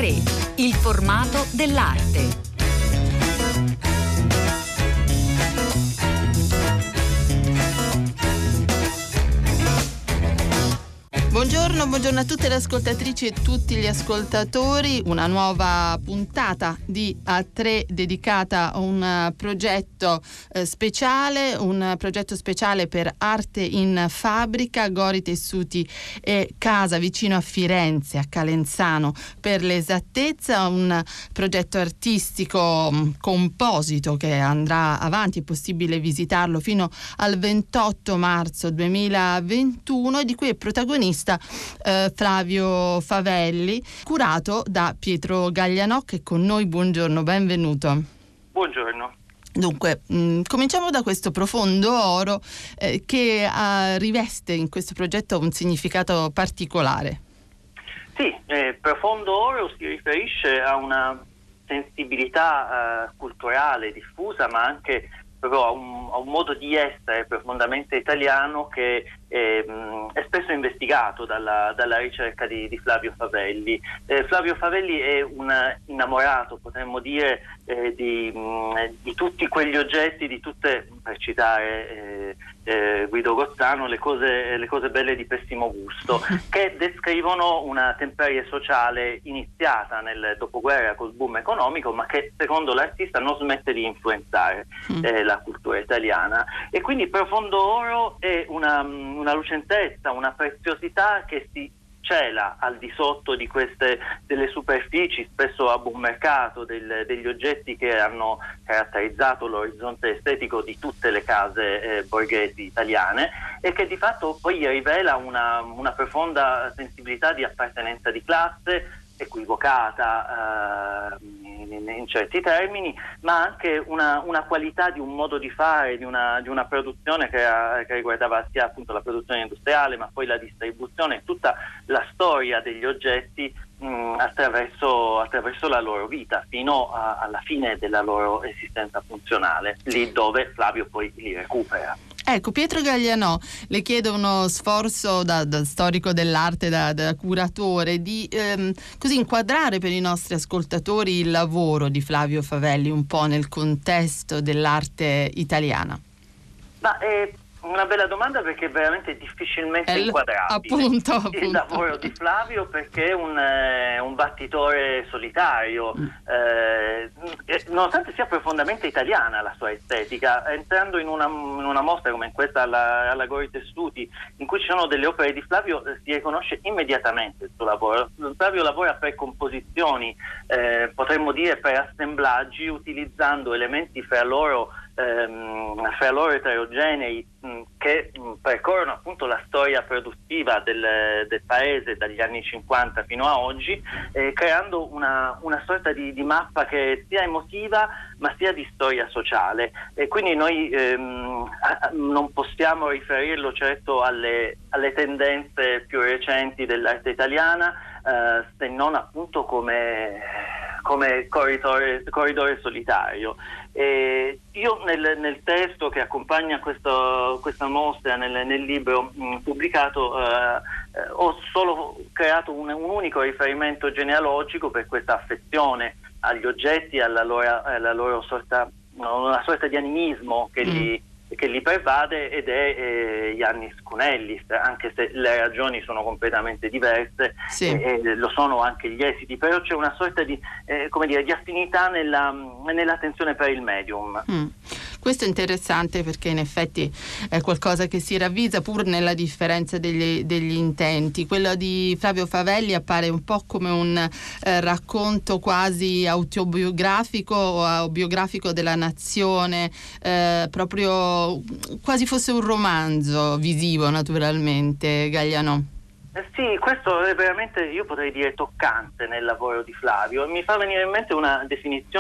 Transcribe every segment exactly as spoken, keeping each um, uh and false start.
tre, il formato dell'arte. Buongiorno, buongiorno a tutte le ascoltatrici e tutti gli ascoltatori. Una nuova puntata di A tre dedicata a un progetto eh, speciale, un progetto speciale per Arte in Fabbrica, Gori Tessuti e Casa vicino a Firenze, a Calenzano per l'esattezza, un progetto artistico mh, composito che andrà avanti, è possibile visitarlo fino al ventotto marzo duemilaventuno e di cui è protagonista Eh, Flavio Favelli, curato da Pietro Gaglianò, che è con noi. Buongiorno, benvenuto. Buongiorno. Dunque, mh, cominciamo da questo profondo oro eh, che uh, riveste in questo progetto un significato particolare. Sì, eh, profondo oro si riferisce a una sensibilità eh, culturale diffusa, ma anche proprio a un, a un modo di essere profondamente italiano che è, mh, è spesso investigato dalla, dalla ricerca di, di Flavio Favelli. Eh, Flavio Favelli è un innamorato, potremmo dire, eh, di, mh, di tutti quegli oggetti, di tutte, per citare eh, eh, Guido Gozzano, le cose, le cose belle di pessimo gusto, che descrivono una temperie sociale iniziata nel dopoguerra col boom economico, ma che secondo l'artista non smette di influenzare eh, la cultura italiana. E quindi profondo oro è una, una lucentezza, una preziosità che si cela al di sotto di queste delle superfici, spesso a buon mercato, del, degli oggetti che hanno caratterizzato l'orizzonte estetico di tutte le case eh, borghesi italiane, e che di fatto poi rivela una, una profonda sensibilità di appartenenza di classe, equivocata eh, in, in certi termini, ma anche una, una qualità di un modo di fare, di una, di una produzione che, ha, che riguardava sia appunto la produzione industriale, ma poi la distribuzione, tutta la storia degli oggetti mh, attraverso, attraverso la loro vita, fino a, alla fine della loro esistenza funzionale, lì dove Flavio poi li recupera. Ecco, Pietro Gaglianò, le chiedo uno sforzo da, da storico dell'arte, da, da curatore, di ehm, così inquadrare per i nostri ascoltatori il lavoro di Flavio Favelli un po' nel contesto dell'arte italiana. Ma è una bella domanda, perché è veramente difficilmente El, inquadrabile appunto, il appunto. lavoro di Flavio, perché è un, eh, un battitore solitario, mm. eh, nonostante sia profondamente italiana la sua estetica. Entrando in una, in una mostra come questa alla, alla Gori Tessuti, in cui ci sono delle opere di Flavio, eh, si riconosce immediatamente il suo lavoro. Flavio lavora per composizioni, eh, potremmo dire per assemblaggi, utilizzando elementi fra loro Ehm, fra loro eterogenei mh, che mh, percorrono appunto la storia produttiva del, del paese dagli anni cinquanta fino a oggi, eh, creando una, una sorta di, di mappa che sia emotiva ma sia di storia sociale. E quindi noi ehm, non possiamo riferirlo certo alle, alle tendenze più recenti dell'arte italiana, eh, se non appunto come, come corridore, corridore solitario. E io nel, nel testo che accompagna questo, questa mostra, nel, nel libro mh, pubblicato, eh, eh, ho solo creato un, un unico riferimento genealogico per questa affezione agli oggetti, alla loro, alla loro sorta, una sorta di animismo che mm. li che li pervade, ed è eh, Iannis Kounellis, anche se le ragioni sono completamente diverse, sì. e, e lo sono anche gli esiti, però c'è una sorta di, eh, come dire, di affinità nella, nell'attenzione per il medium. Mm. Questo è interessante, perché in effetti è qualcosa che si ravvisa pur nella differenza degli, degli intenti. Quello di Flavio Favelli appare un po' come un eh, racconto quasi autobiografico o biografico della nazione, eh, proprio quasi fosse un romanzo visivo, naturalmente, Gaglianò. Eh sì, questo è veramente, io potrei dire, toccante nel lavoro di Flavio. Mi fa venire in mente una definizione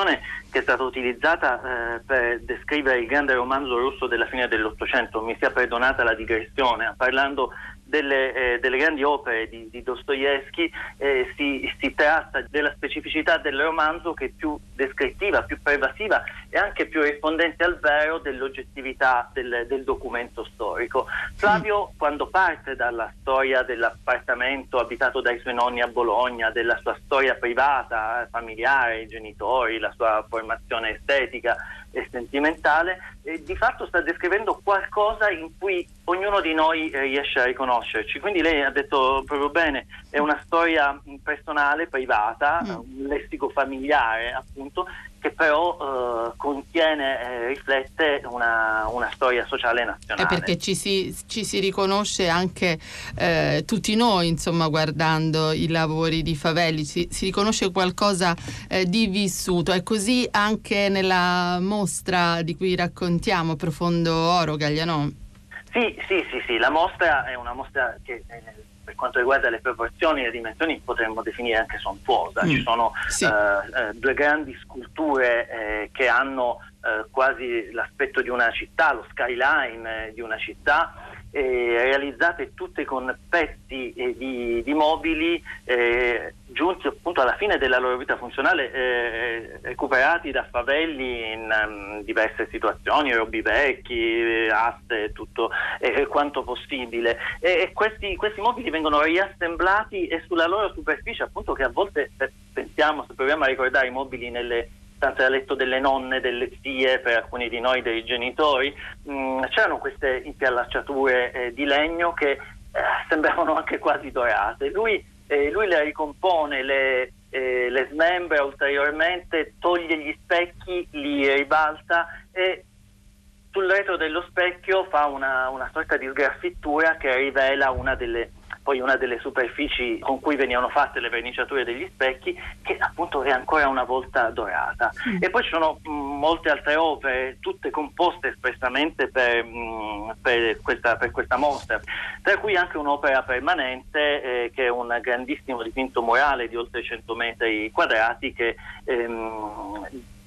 che è stata utilizzata eh, per descrivere il grande romanzo russo della fine dell'Ottocento, mi sia perdonata la digressione, parlando delle, eh, delle grandi opere di, di Dostoevskij, eh, si, si tratta della specificità del romanzo che è più descrittiva, più pervasiva e anche più rispondente al vero dell'oggettività del, del documento storico. Flavio, quando parte dalla storia dell'appartamento abitato dai suoi nonni a Bologna, della sua storia privata, familiare, i genitori, la sua formazione estetica e sentimentale, e di fatto sta descrivendo qualcosa in cui ognuno di noi eh, riesce a riconoscerci. Quindi lei ha detto proprio bene, è una storia personale, privata, mm. un lessico familiare appunto, che però eh, contiene, eh, riflette una, una storia sociale nazionale. È perché ci si, ci si riconosce anche eh, tutti noi, insomma, guardando i lavori di Favelli, si, si riconosce qualcosa eh, di vissuto. È così anche nella mostra di cui raccontiamo, Profondo Oro, Gaglianò? Sì, sì, sì, sì, la mostra è una mostra che eh, per quanto riguarda le proporzioni e le dimensioni potremmo definire anche sontuosa. Mm. Ci sono sì. eh, eh, due grandi sculture eh, che hanno eh, quasi l'aspetto di una città, lo skyline eh, di una città, eh, realizzate tutte con pezzi eh, di, di mobili eh, giunti appunto alla fine della loro vita funzionale, eh, recuperati da Favelli in um, diverse situazioni, robi vecchi, aste, tutto eh, quanto possibile, e, e questi, questi mobili vengono riassemblati e sulla loro superficie, appunto, che a volte se pensiamo, se proviamo a ricordare i mobili nelle stanze da letto delle nonne, delle zie, per alcuni di noi dei genitori, mh, c'erano queste impiallacciature eh, di legno che eh, sembravano anche quasi dorate. Lui Eh, lui le ricompone, le, eh, le smembra ulteriormente, toglie gli specchi, li ribalta e sul retro dello specchio fa una, una sorta di sgraffittura che rivela una delle, poi una delle superfici con cui venivano fatte le verniciature degli specchi, che appunto è ancora una volta dorata. Mm. E poi ci sono mh, molte altre opere, tutte composte espressamente per, mh, per, questa, per questa mostra, tra cui anche un'opera permanente eh, che è un grandissimo dipinto murale di oltre cento metri quadrati che ehm,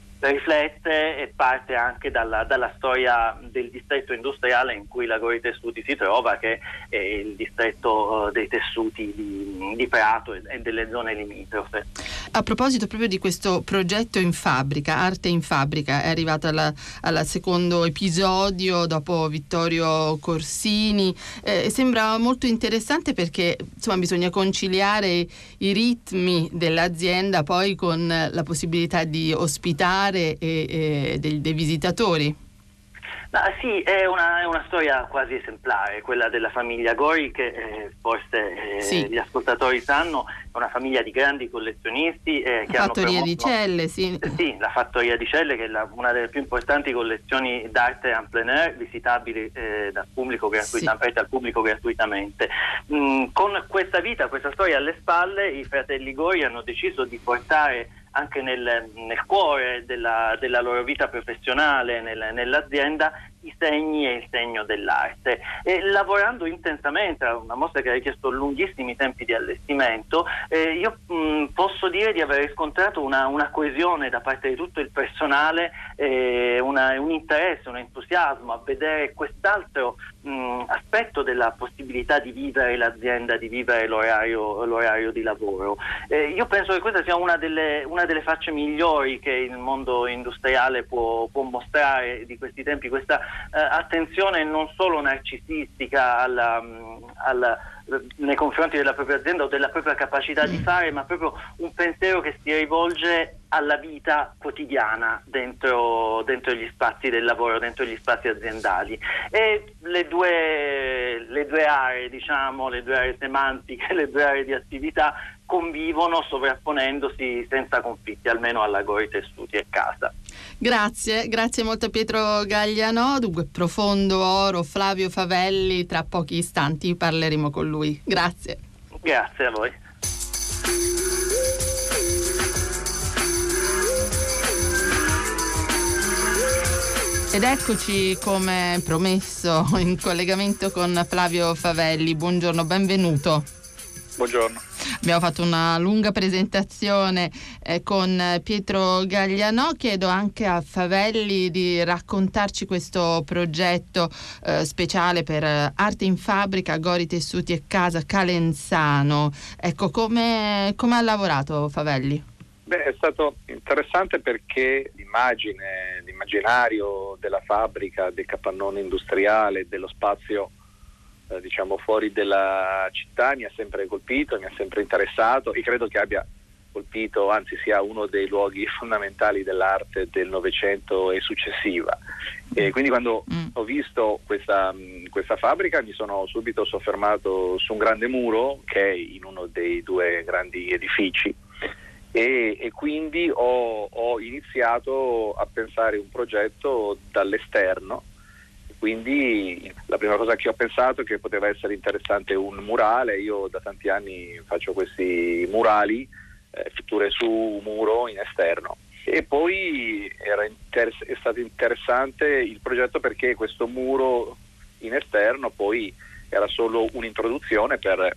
riflette e parte anche dalla, dalla storia del distretto industriale in cui l'Agori Tessuti si trova, che è il distretto uh, dei tessuti di, di Prato e, e delle zone limitrofe. A proposito proprio di questo progetto in fabbrica, Arte in fabbrica, è arrivato alla, al secondo episodio dopo Vittorio Corsini, eh, sembra molto interessante perché insomma bisogna conciliare i ritmi dell'azienda poi con la possibilità di ospitare E, e dei, dei visitatori. Ah, sì, è una, è una storia quasi esemplare, quella della famiglia Gori, che eh, forse eh, sì. gli ascoltatori sanno, è una famiglia di grandi collezionisti eh, che la hanno fattoria promosso, di Celle, sì. Eh, sì, la Fattoria di Celle, che è la, una delle più importanti collezioni d'arte en plein air, visitabili eh, dal pubblico gratuitamente, sì. al pubblico gratuitamente. Mm, con questa vita, questa storia alle spalle, i fratelli Gori hanno deciso di portare anche nel, nel cuore della, della loro vita professionale, nel, nell'azienda, i segni e il segno dell'arte. E lavorando intensamente a una mostra che ha richiesto lunghissimi tempi di allestimento, eh, io mh, posso dire di aver riscontrato una, una coesione da parte di tutto il personale, eh, una, un interesse, un entusiasmo a vedere quest'altro mh, aspetto della possibilità di vivere l'azienda, di vivere l'orario, l'orario di lavoro. Eh, io penso che questa sia una delle, una delle facce migliori che il mondo industriale può, può mostrare di questi tempi, questa eh, attenzione non solo narcisistica alla, alla, nei confronti della propria azienda o della propria capacità di fare, ma proprio un pensiero che si rivolge alla vita quotidiana dentro, dentro gli spazi del lavoro, dentro gli spazi aziendali. E le due, le due aree, diciamo, le due aree semantiche, le due aree di attività convivono sovrapponendosi senza conflitti, almeno alla Gori Tessuti e Casa. Grazie, grazie molto a Pietro Gaglianò. Dunque, Profondo Oro, Flavio Favelli, tra pochi istanti parleremo con lui. Grazie. Grazie a voi. Ed eccoci, come promesso, in collegamento con Flavio Favelli. Buongiorno, benvenuto. Buongiorno. Abbiamo fatto una lunga presentazione eh, con Pietro Gaglianò. Chiedo anche a Favelli di raccontarci questo progetto eh, speciale per Arte in Fabbrica, Gori Tessuti e Casa Calenzano. Ecco, come, come ha lavorato Favelli? Beh, è stato interessante perché l'immagine, l'immaginario della fabbrica, del capannone industriale, dello spazio eh, diciamo fuori della città mi ha sempre colpito, mi ha sempre interessato e credo che abbia colpito, anzi sia uno dei luoghi fondamentali dell'arte del Novecento e successiva. E quindi quando mm. ho visto questa, questa fabbrica mi sono subito soffermato su un grande muro che è in uno dei due grandi edifici. E, e quindi ho, ho iniziato a pensare un progetto dall'esterno. Quindi la prima cosa che ho pensato è che poteva essere interessante un murale. Io da tanti anni faccio questi murali, eh, pitture su muro in esterno. E poi era inter- è stato interessante il progetto perché questo muro in esterno poi era solo un'introduzione per,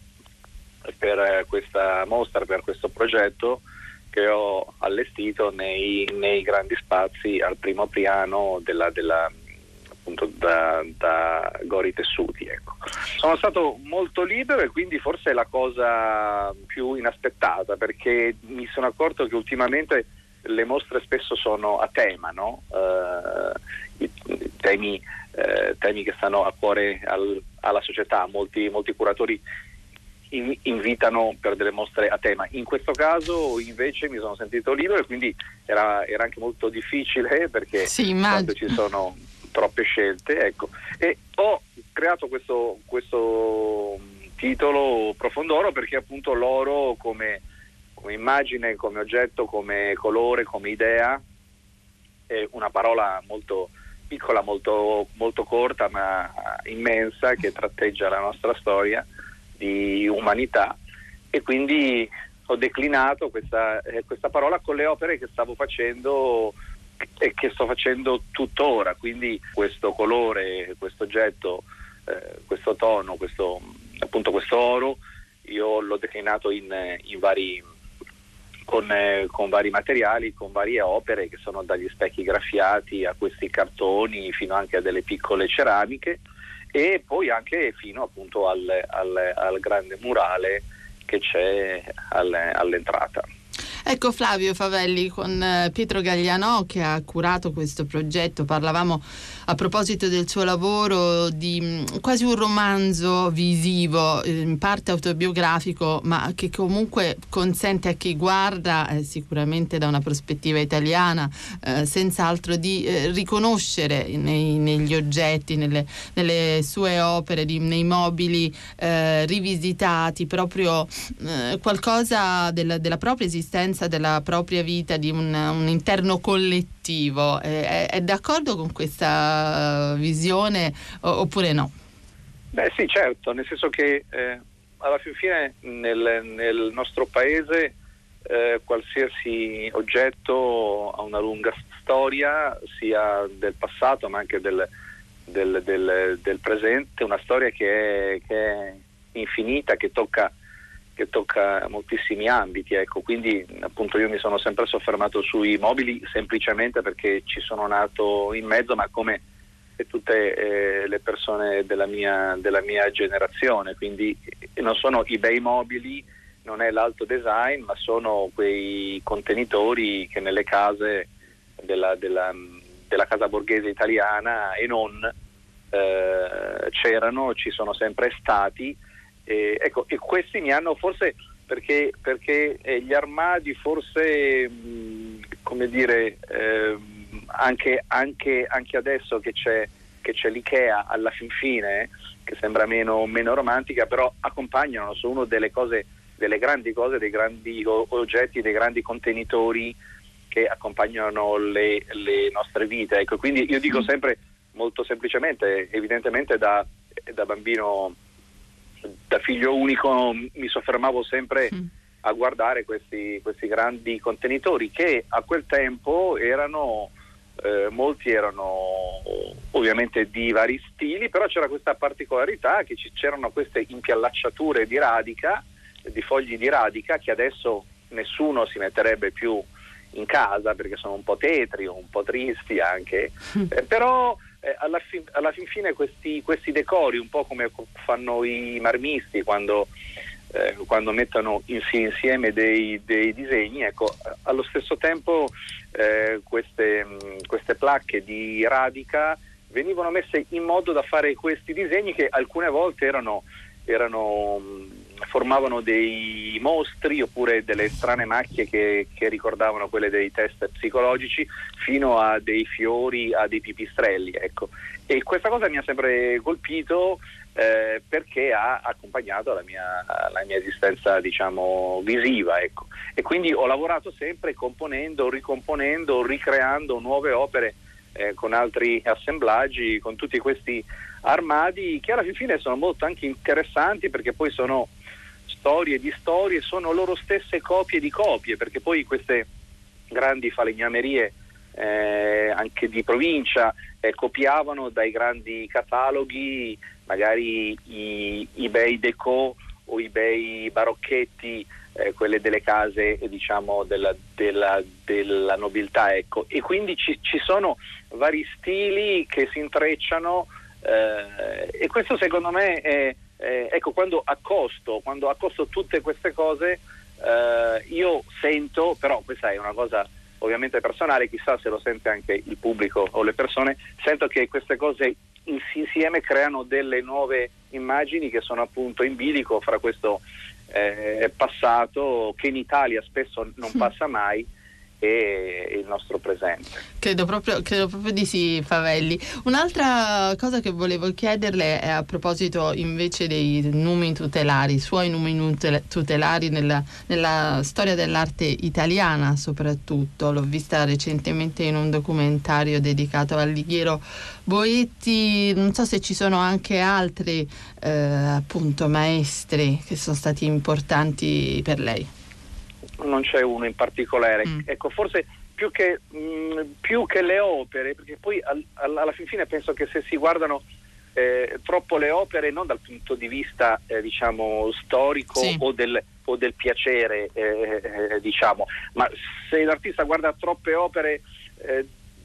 per questa mostra, per questo progetto che ho allestito nei, nei grandi spazi al primo piano della, della appunto da, da Gori Tessuti, ecco. Sono stato molto libero e quindi forse è la cosa più inaspettata, perché mi sono accorto che ultimamente le mostre spesso sono a tema, no? Uh, i, i temi, eh, temi che stanno a cuore al, alla società. Molti, molti curatori In, invitano per delle mostre a tema. In questo caso invece mi sono sentito libero e quindi era, era anche molto difficile perché sì, quando ci sono troppe scelte, ecco. E ho creato questo, questo titolo Profondoro perché appunto l'oro come, come immagine, come oggetto, come colore, come idea è una parola molto piccola, molto, molto corta ma immensa che tratteggia la nostra storia di umanità e quindi ho declinato questa, eh, questa parola con le opere che stavo facendo e che sto facendo tuttora, quindi questo colore, questo oggetto, eh, questo tono, questo, appunto questo oro, io l'ho declinato in, in vari con, eh, con vari materiali, con varie opere che sono dagli specchi graffiati a questi cartoni fino anche a delle piccole ceramiche e poi anche fino appunto al, al, al grande murale che c'è alle, all'entrata. Ecco Flavio Favelli, con Pietro Gaglianò che ha curato questo progetto, parlavamo a proposito del suo lavoro di quasi un romanzo visivo, in parte autobiografico, ma che comunque consente a chi guarda, eh, sicuramente da una prospettiva italiana, eh, senz'altro di eh, riconoscere nei, negli oggetti, nelle, nelle sue opere, di, nei mobili eh, rivisitati, proprio eh, qualcosa della, della propria esistenza, della propria vita, di un, un interno collettivo. È, è d'accordo con questa visione oppure no? Beh sì, certo, nel senso che eh, alla fin fine nel, nel nostro paese eh, qualsiasi oggetto ha una lunga storia, sia del passato ma anche del, del, del, del presente, una storia che è, che è infinita, che tocca che tocca moltissimi ambiti, ecco. Quindi appunto io mi sono sempre soffermato sui mobili semplicemente perché ci sono nato in mezzo, ma come tutte eh, le persone della mia, della mia generazione, quindi non sono i bei mobili, non è l'alto design, ma sono quei contenitori che nelle case della, della, della casa borghese italiana e non eh, c'erano, ci sono sempre stati. Eh, ecco, e questi mi hanno forse perché, perché eh, gli armadi forse mh, come dire eh, anche, anche, anche adesso che c'è, che c'è l'IKEA alla fin fine, che sembra meno, meno romantica, però accompagnano, sono una delle cose, delle grandi cose, dei grandi oggetti, dei grandi contenitori che accompagnano le, le nostre vite, ecco. Quindi io dico sempre molto semplicemente, evidentemente da, da bambino, da figlio unico mi soffermavo sempre mm. a guardare questi, questi grandi contenitori che a quel tempo erano eh, molti erano ovviamente di vari stili, però c'era questa particolarità che ci, c'erano queste impiallacciature di radica di fogli di radica che adesso nessuno si metterebbe più in casa perché sono un po' tetri o un po' tristi anche, eh, però eh, alla, fin, alla fin fine questi, questi decori, un po' come fanno i marmisti quando, eh, quando mettono insieme dei, dei disegni, ecco, allo stesso tempo eh, queste, queste placche di radica venivano messe in modo da fare questi disegni che alcune volte erano, erano formavano dei mostri oppure delle strane macchie che, che ricordavano quelle dei test psicologici, fino a dei fiori, a dei pipistrelli, ecco. E questa cosa mi ha sempre colpito eh, perché ha accompagnato la mia, la mia esistenza, diciamo, visiva, ecco. E quindi ho lavorato sempre componendo, ricomponendo, ricreando nuove opere eh, con altri assemblaggi, con tutti questi armadi che alla fine sono molto anche interessanti, perché poi sono storie di storie, sono loro stesse copie di copie, perché poi queste grandi falegnamerie eh, anche di provincia eh, copiavano dai grandi cataloghi magari i, i bei déco o i bei barocchetti, eh, quelle delle case eh, diciamo della, della, della nobiltà, ecco. E quindi ci, ci sono vari stili che si intrecciano eh, e questo secondo me è Eh, ecco, quando accosto, quando accosto tutte queste cose eh, io sento, però questa è una cosa ovviamente personale, chissà se lo sente anche il pubblico o le persone, sento che queste cose insieme creano delle nuove immagini che sono appunto in bilico fra questo eh, passato che in Italia spesso non passa mai e il nostro presente. Credo proprio, credo proprio di sì, Favelli. Un'altra cosa che volevo chiederle è a proposito invece dei numi tutelari, suoi numi tutelari nella, nella storia dell'arte italiana soprattutto. L'ho vista recentemente in un documentario dedicato a Alighiero Boetti. Non so se ci sono anche altri eh, appunto maestri che sono stati importanti per lei. Non c'è uno in particolare, mm. ecco, forse più che, mh, più che le opere, perché poi al, al, alla fin fine penso che se si guardano eh, troppo le opere, non dal punto di vista eh, diciamo storico sì. o, del, o del piacere eh, eh, diciamo, ma se l'artista guarda troppe opere eh,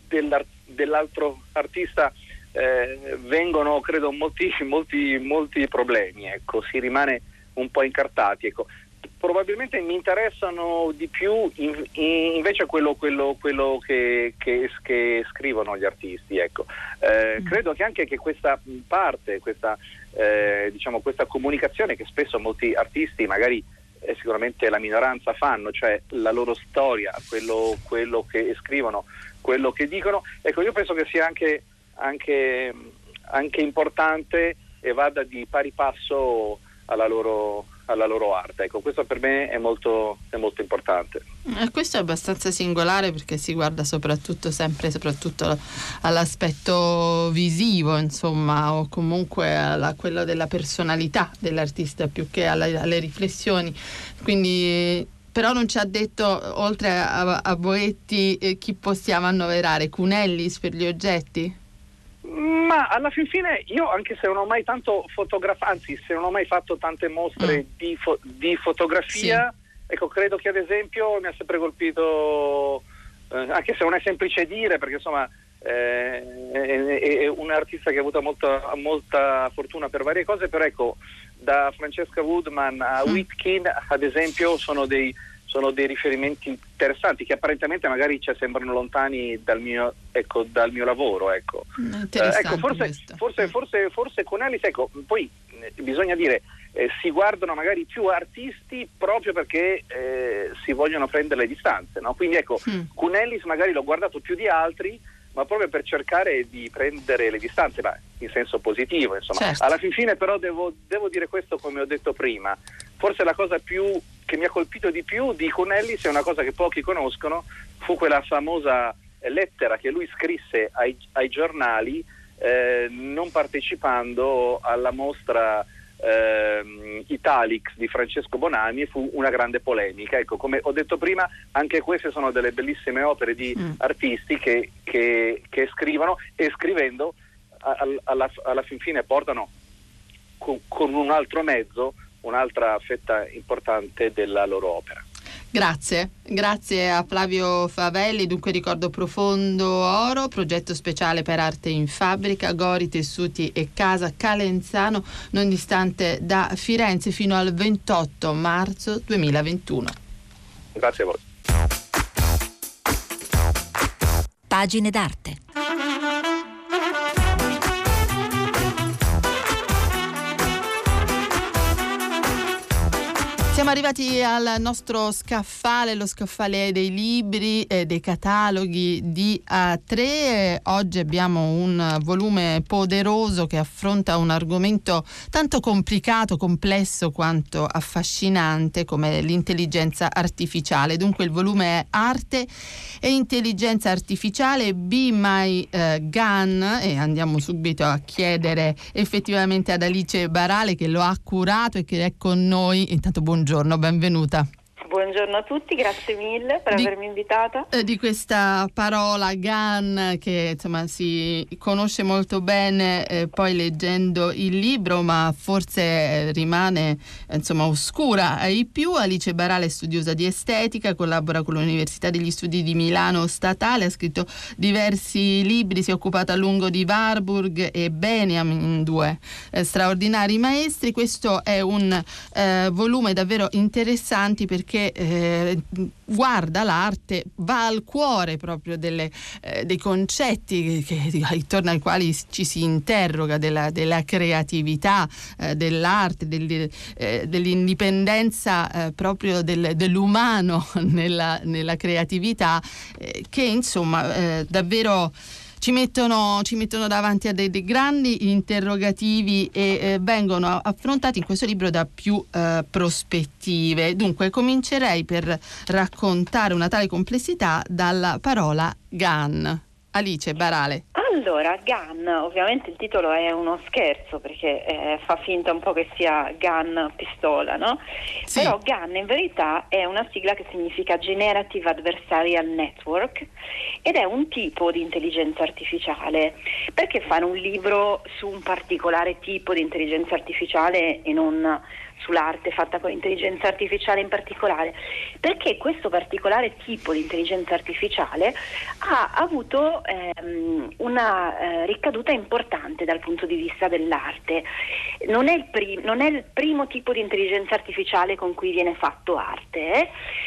dell'altro artista eh, vengono credo molti, molti, molti problemi, ecco, si rimane un po' incartati, ecco. Probabilmente mi interessano di più in, in, invece quello, quello, quello che, che, che scrivono gli artisti, ecco. Eh, mm. Credo che anche che questa parte, questa, eh, diciamo, questa comunicazione che spesso molti artisti, magari eh, sicuramente la minoranza, fanno, cioè la loro storia, quello, quello che scrivono, quello che dicono, ecco, io penso che sia anche, anche, anche importante e vada di pari passo alla loro alla loro arte, ecco, questo per me è molto, è molto importante. E questo è abbastanza singolare perché si guarda soprattutto sempre soprattutto all'aspetto visivo, insomma, o comunque a quello della personalità dell'artista più che alla, alle riflessioni, quindi però non ci ha detto, oltre a, a Boetti, eh, chi possiamo annoverare, Cunellis per gli oggetti? Ma alla fin fine io, anche se non ho mai tanto fotografato, anzi se non ho mai fatto tante mostre mm. di, fo- di fotografia, sì. ecco, credo che ad esempio mi ha sempre colpito, eh, anche se non è semplice dire, perché insomma eh, è, è un artista che ha avuto molta, molta fortuna per varie cose, però ecco, da Francesca Woodman a mm. Witkin ad esempio sono dei sono dei riferimenti interessanti che apparentemente magari ci sembrano lontani dal mio, ecco, dal mio lavoro, ecco. Eh, ecco, forse, forse, forse, forse con Alice, ecco, poi eh, bisogna dire, eh, si guardano magari più artisti proprio perché eh, si vogliono prendere le distanze, no? Quindi ecco, mm. Cunellis magari l'ho guardato più di altri, ma proprio per cercare di prendere le distanze, ma in senso positivo, insomma. Certo. Alla fin fine però devo, devo dire questo, come ho detto prima, forse la cosa più che mi ha colpito di più di Cunellis è una cosa che pochi conoscono, fu quella famosa lettera che lui scrisse ai, ai giornali eh, non partecipando alla mostra eh, Italix di Francesco Bonanni, fu una grande polemica. Ecco, come ho detto prima, anche queste sono delle bellissime opere di mm. artisti che, che, che scrivono e scrivendo alla, alla, alla fin fine portano con, con un altro mezzo un'altra fetta importante della loro opera. Grazie, grazie a Flavio Favelli. Dunque ricordo Profondo Oro, progetto speciale per arte in fabbrica, Gori Tessuti e Casa Calenzano, non distante da Firenze, fino al ventotto marzo duemilaventuno. Grazie a voi. Pagine d'arte. Siamo arrivati al nostro scaffale, lo scaffale dei libri e dei cataloghi di A tre. Oggi abbiamo un volume poderoso che affronta un argomento tanto complicato, complesso quanto affascinante come l'intelligenza artificiale. Dunque il volume è Arte e Intelligenza Artificiale, Be My uh, Gun, e andiamo subito a chiedere effettivamente ad Alice Barale, che lo ha curato e che è con noi. Intanto buongiorno. Buongiorno, benvenuta. Buongiorno a tutti, grazie mille per di, avermi invitata. Eh, di questa parola gun che insomma si conosce molto bene eh, poi leggendo il libro, ma forse eh, rimane eh, insomma oscura ai più. Alice Barale è studiosa di estetica, collabora con l'Università degli Studi di Milano Statale, ha scritto diversi libri, si è occupata a lungo di Warburg e Benjamin, due eh, straordinari maestri. Questo è un eh, volume davvero interessante perché Eh, guarda l'arte, va al cuore proprio delle, eh, dei concetti che, che, intorno ai quali ci si interroga, della, della creatività, eh, dell'arte, del, eh, dell'indipendenza eh, proprio del, dell'umano nella, nella creatività, eh, che insomma eh, davvero Ci mettono, ci mettono davanti a dei, dei grandi interrogativi e eh, vengono affrontati in questo libro da più eh, prospettive. Dunque comincerei per raccontare una tale complessità dalla parola gun. Alice Barale. Allora, gun, ovviamente il titolo è uno scherzo perché eh, fa finta un po' che sia gun, pistola, no? Sì. Però gun in verità è una sigla che significa Generative Adversarial Network ed è un tipo di intelligenza artificiale. Perché fare un libro su un particolare tipo di intelligenza artificiale e non sull'arte fatta con intelligenza artificiale in particolare? Perché questo particolare tipo di intelligenza artificiale ha avuto ehm, una eh, ricaduta importante dal punto di vista dell'arte. Non è, il prim- non è il primo tipo di intelligenza artificiale con cui viene fatto arte. Eh?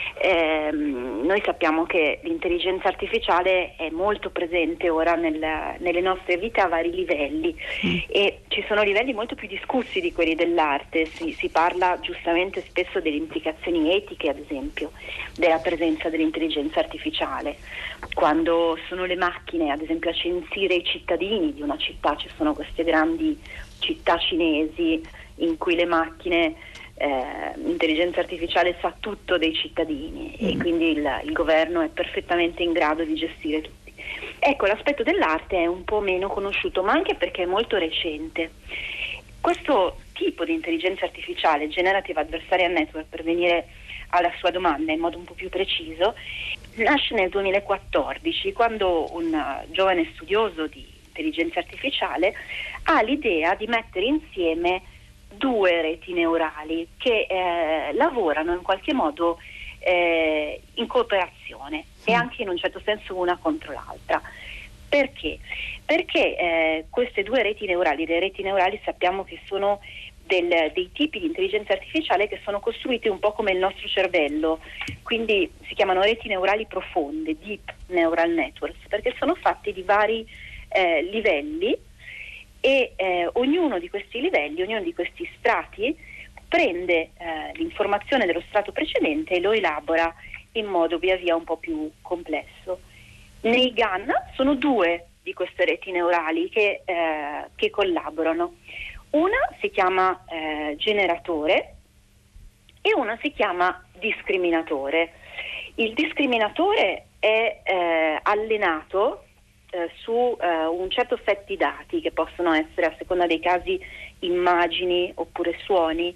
Ehm, noi sappiamo che l'intelligenza artificiale è molto presente ora nel, nelle nostre vite a vari livelli mm. e ci sono livelli molto più discussi di quelli dell'arte. Si, si parla giustamente spesso delle implicazioni etiche, ad esempio, della presenza dell'intelligenza artificiale. Quando sono le macchine, ad esempio, a censire i cittadini di una città, ci sono queste grandi città cinesi in cui le macchine, eh, l'intelligenza artificiale sa tutto dei cittadini mm. e quindi il, il governo è perfettamente in grado di gestire tutti. Ecco, l'aspetto dell'arte è un po' meno conosciuto, ma anche perché è molto recente. Questo tipo di intelligenza artificiale, Generative Adversarial Network, per venire alla sua domanda in modo un po' più preciso, nasce nel duemilaquattordici, quando un uh, giovane studioso di intelligenza artificiale ha l'idea di mettere insieme due reti neurali che eh, lavorano in qualche modo eh, in cooperazione e anche in un certo senso una contro l'altra. Perché? Perché eh, queste due reti neurali, le reti neurali sappiamo che sono del, dei tipi di intelligenza artificiale che sono costruiti un po' come il nostro cervello, quindi si chiamano reti neurali profonde, deep neural networks, perché sono fatti di vari eh, livelli e eh, ognuno di questi livelli, ognuno di questi strati prende eh, l'informazione dello strato precedente e lo elabora in modo via via un po' più complesso. Nei gun sono due di queste reti neurali che, eh, che collaborano. Una si chiama eh, generatore e una si chiama discriminatore. Il discriminatore è eh, allenato eh, su eh, un certo set di dati che possono essere, a seconda dei casi, immagini oppure suoni,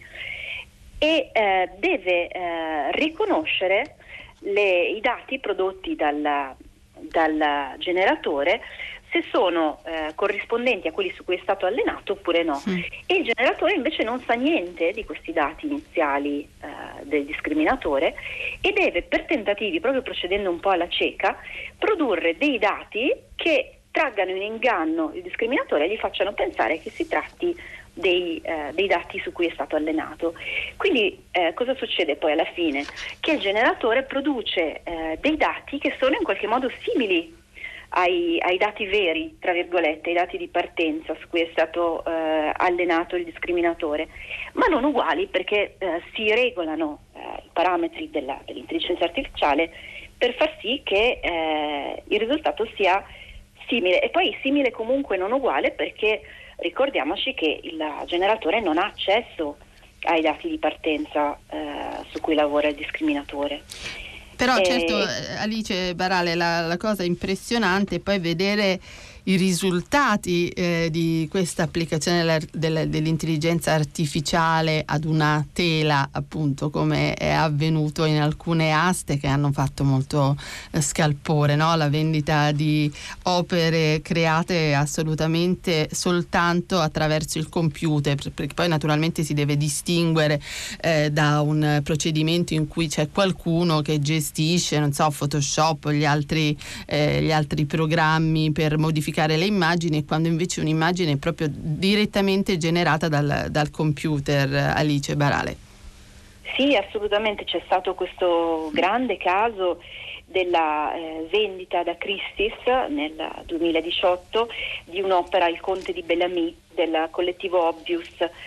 e eh, deve eh, riconoscere le, i dati prodotti dal, dal generatore se sono eh, corrispondenti a quelli su cui è stato allenato oppure no. Mm. E il generatore invece non sa niente di questi dati iniziali eh, del discriminatore e deve, per tentativi, proprio procedendo un po' alla cieca, produrre dei dati che traggano in inganno il discriminatore e gli facciano pensare che si tratti dei, eh, dei dati su cui è stato allenato. Quindi eh, cosa succede poi alla fine? Che il generatore produce eh, dei dati che sono in qualche modo simili ai, ai dati veri, tra virgolette, ai dati di partenza su cui è stato eh, allenato il discriminatore, ma non uguali, perché eh, si regolano eh, i parametri della, dell'intelligenza artificiale per far sì che eh, il risultato sia simile, e poi simile comunque non uguale, perché ricordiamoci che il generatore non ha accesso ai dati di partenza eh, su cui lavora il discriminatore. Però e... certo, Alice Barale, la, la cosa impressionante è poi vedere i risultati eh, di questa applicazione della, della, dell'intelligenza artificiale ad una tela, appunto, come è avvenuto in alcune aste che hanno fatto molto eh, scalpore, no? La vendita di opere create assolutamente soltanto attraverso il computer, perché poi naturalmente si deve distinguere eh, da un procedimento in cui c'è qualcuno che gestisce, non so, Photoshop o gli altri, eh, gli altri programmi per modificare le immagini, quando invece un'immagine è proprio direttamente generata dal, dal computer. Alice Barale. Sì, assolutamente, c'è stato questo grande caso della eh, vendita da Christie's nel duemiladiciotto di un'opera Il Conte di Bellamy del collettivo Obvious,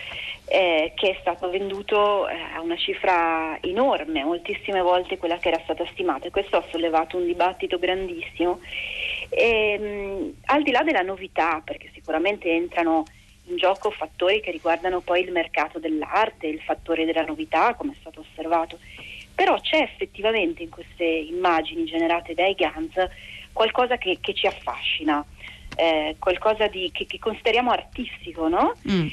eh, che è stato venduto eh, a una cifra enorme, moltissime volte quella che era stata stimata, e questo ha sollevato un dibattito grandissimo. E, mh, al di là della novità, perché sicuramente entrano in gioco fattori che riguardano poi il mercato dell'arte, il fattore della novità, come è stato osservato, però c'è effettivamente in queste immagini generate dai GANs qualcosa che, che ci affascina, eh, qualcosa di, che, che consideriamo artistico, no? Mm.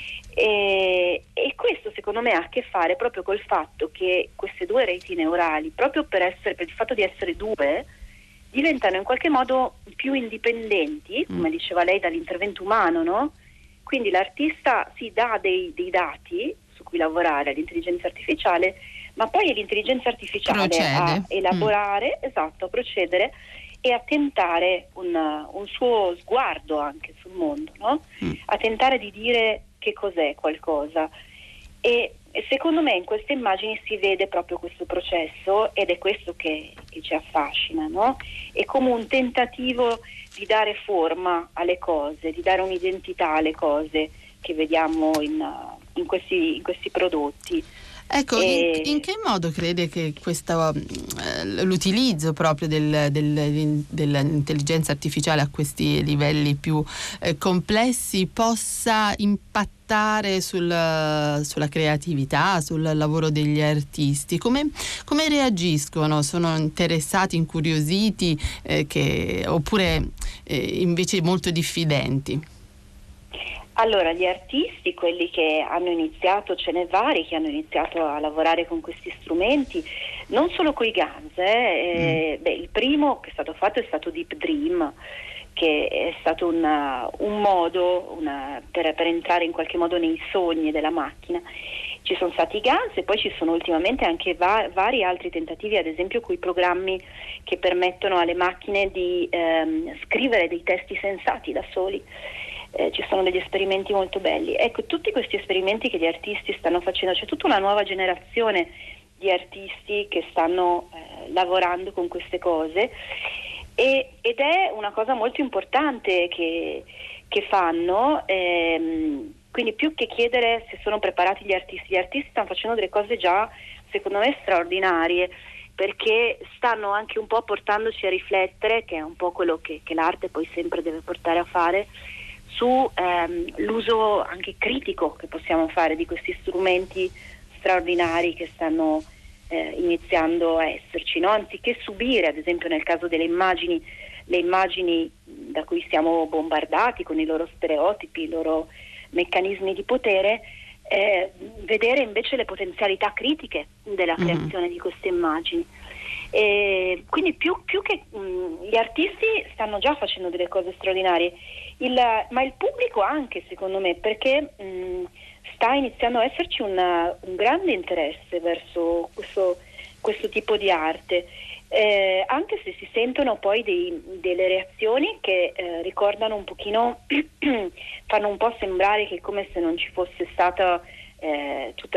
E, e questo secondo me ha a che fare proprio col fatto che queste due reti neurali, proprio per essere, per il fatto di essere due, diventano in qualche modo più indipendenti, come mm. diceva lei, dall'intervento umano, no? Quindi l'artista si dà dei, dei dati su cui lavorare all'intelligenza artificiale, ma poi è l'intelligenza artificiale Procede. a elaborare, mm. esatto, a procedere e a tentare un, un suo sguardo anche sul mondo, no? Mm. A tentare di dire che cos'è qualcosa. E E secondo me in queste immagini si vede proprio questo processo, ed è questo che, che ci affascina, no? È come un tentativo di dare forma alle cose, di dare un'identità alle cose che vediamo in, in, questi, in questi prodotti. Ecco, e... in, in che modo crede che questo, eh, l'utilizzo proprio del, del, dell'intelligenza artificiale a questi livelli più eh, complessi possa impattare sul, sulla creatività, sul lavoro degli artisti? Come, come reagiscono? Sono interessati, incuriositi, eh, che, oppure eh, invece molto diffidenti? Allora, gli artisti, quelli che hanno iniziato, ce n'è vari che hanno iniziato a lavorare con questi strumenti, non solo coi GANs, eh, mm. beh, il primo che è stato fatto è stato Deep Dream, che è stato una, un modo una, per, per entrare in qualche modo nei sogni della macchina. Ci sono stati i GANs e poi ci sono ultimamente anche va- vari altri tentativi, ad esempio quei programmi che permettono alle macchine di ehm, scrivere dei testi sensati da soli. Eh, ci sono degli esperimenti molto belli. Ecco, tutti questi esperimenti che gli artisti stanno facendo, c'è tutta una nuova generazione di artisti che stanno eh, lavorando con queste cose, e, ed è una cosa molto importante che, che fanno, ehm, quindi più che chiedere se sono preparati gli artisti, gli artisti stanno facendo delle cose già, secondo me, straordinarie, perché stanno anche un po' portandoci a riflettere, che è un po' quello che, che l'arte poi sempre deve portare a fare, su ehm, l'uso anche critico che possiamo fare di questi strumenti straordinari che stanno eh, iniziando a esserci, no? Anziché subire, ad esempio nel caso delle immagini, le immagini da cui siamo bombardati con i loro stereotipi, i loro meccanismi di potere, eh, vedere invece le potenzialità critiche della creazione mm-hmm. di queste immagini. E quindi più, più che mh, gli artisti stanno già facendo delle cose straordinarie, il, ma il pubblico anche, secondo me, perché mh, sta iniziando a esserci una, un grande interesse verso questo, questo tipo di arte. Eh, anche se si sentono poi dei, delle reazioni che eh, ricordano un pochino, fanno un po' sembrare che come se non ci fosse stata eh, tutti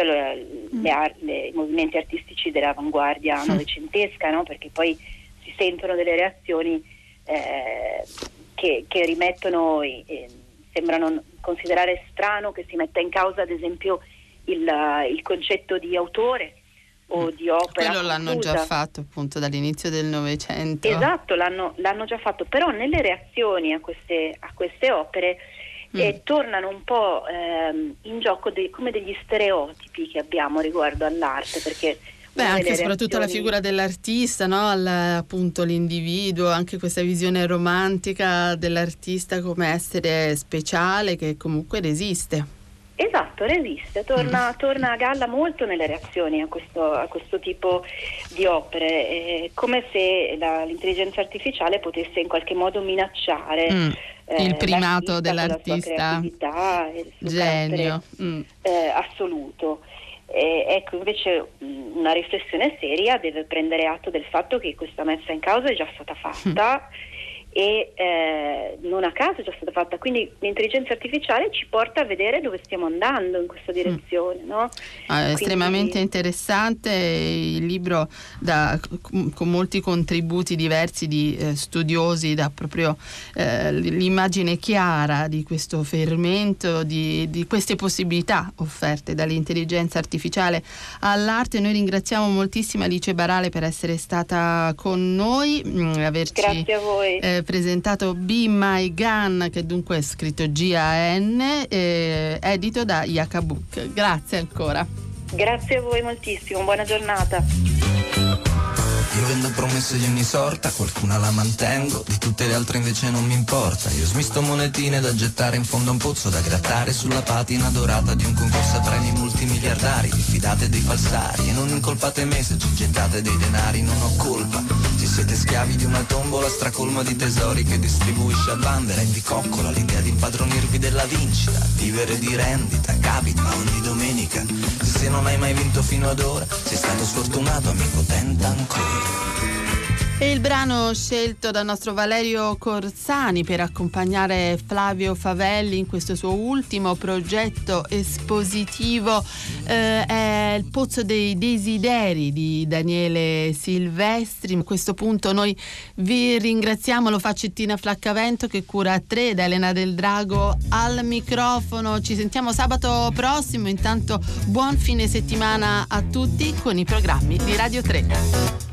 i movimenti artistici dell'avanguardia sì. novecentesca, no? Perché poi si sentono delle reazioni eh, che, che rimettono, eh, sembrano considerare strano che si metta in causa ad esempio il, il concetto di autore o di opera. Quello l'hanno già fatto appunto dall'inizio del Novecento. Esatto, l'hanno, l'hanno già fatto, però nelle reazioni a queste, a queste opere mm. eh, tornano un po' ehm, in gioco de- come degli stereotipi che abbiamo riguardo all'arte, perché Beh, anche e soprattutto reazioni... la figura dell'artista, no? Al, appunto l'individuo, anche questa visione romantica dell'artista come essere speciale che comunque resiste. Esatto, resiste, torna, mm. torna a galla molto nelle reazioni a questo, a questo tipo di opere, eh, come se la, l'intelligenza artificiale potesse in qualche modo minacciare mm. eh, il primato dell'artista, la il suo genio mm. eh, assoluto. Eh, ecco, invece mh, una riflessione seria deve prendere atto del fatto che questa messa in causa è già stata fatta mm. e eh, non a caso è già stata fatta, quindi l'intelligenza artificiale ci porta a vedere dove stiamo andando in questa direzione, no? Ah, è quindi... estremamente interessante il libro, da, con molti contributi diversi di eh, studiosi, dà proprio eh, l'immagine chiara di questo fermento, di, di queste possibilità offerte dall'intelligenza artificiale all'arte. Noi ringraziamo moltissimo Alice Barale per essere stata con noi, mh, averci Grazie a voi. Eh, presentato Be My Gun, che dunque è scritto G A N, eh, edito da Yacabook. Grazie ancora. Grazie a voi moltissimo, buona giornata. Io vendo promesse di ogni sorta, qualcuna la mantengo, di tutte le altre invece non mi importa. Io smisto monetine da gettare in fondo a un pozzo, da grattare sulla patina dorata di un concorso a premi multimiliardari. Diffidate dei falsari e non incolpate me se ci gettate dei denari, non ho colpa. Se siete schiavi di una tombola stracolma di tesori che distribuisce a bande, rendi coccola l'idea di impadronirvi della vincita. Vivere di rendita capita ogni domenica. Se non hai mai vinto fino ad ora, sei stato sfortunato, amico, tenta ancora. E il brano scelto dal nostro Valerio Corsani per accompagnare Flavio Favelli in questo suo ultimo progetto espositivo eh, è Il Pozzo dei Desideri di Daniele Silvestri. A questo punto noi vi ringraziamo, lo fa Cettina Flaccavento che cura a tre, da Elena Del Drago al microfono. Ci sentiamo sabato prossimo, intanto buon fine settimana a tutti con i programmi di Radio tre.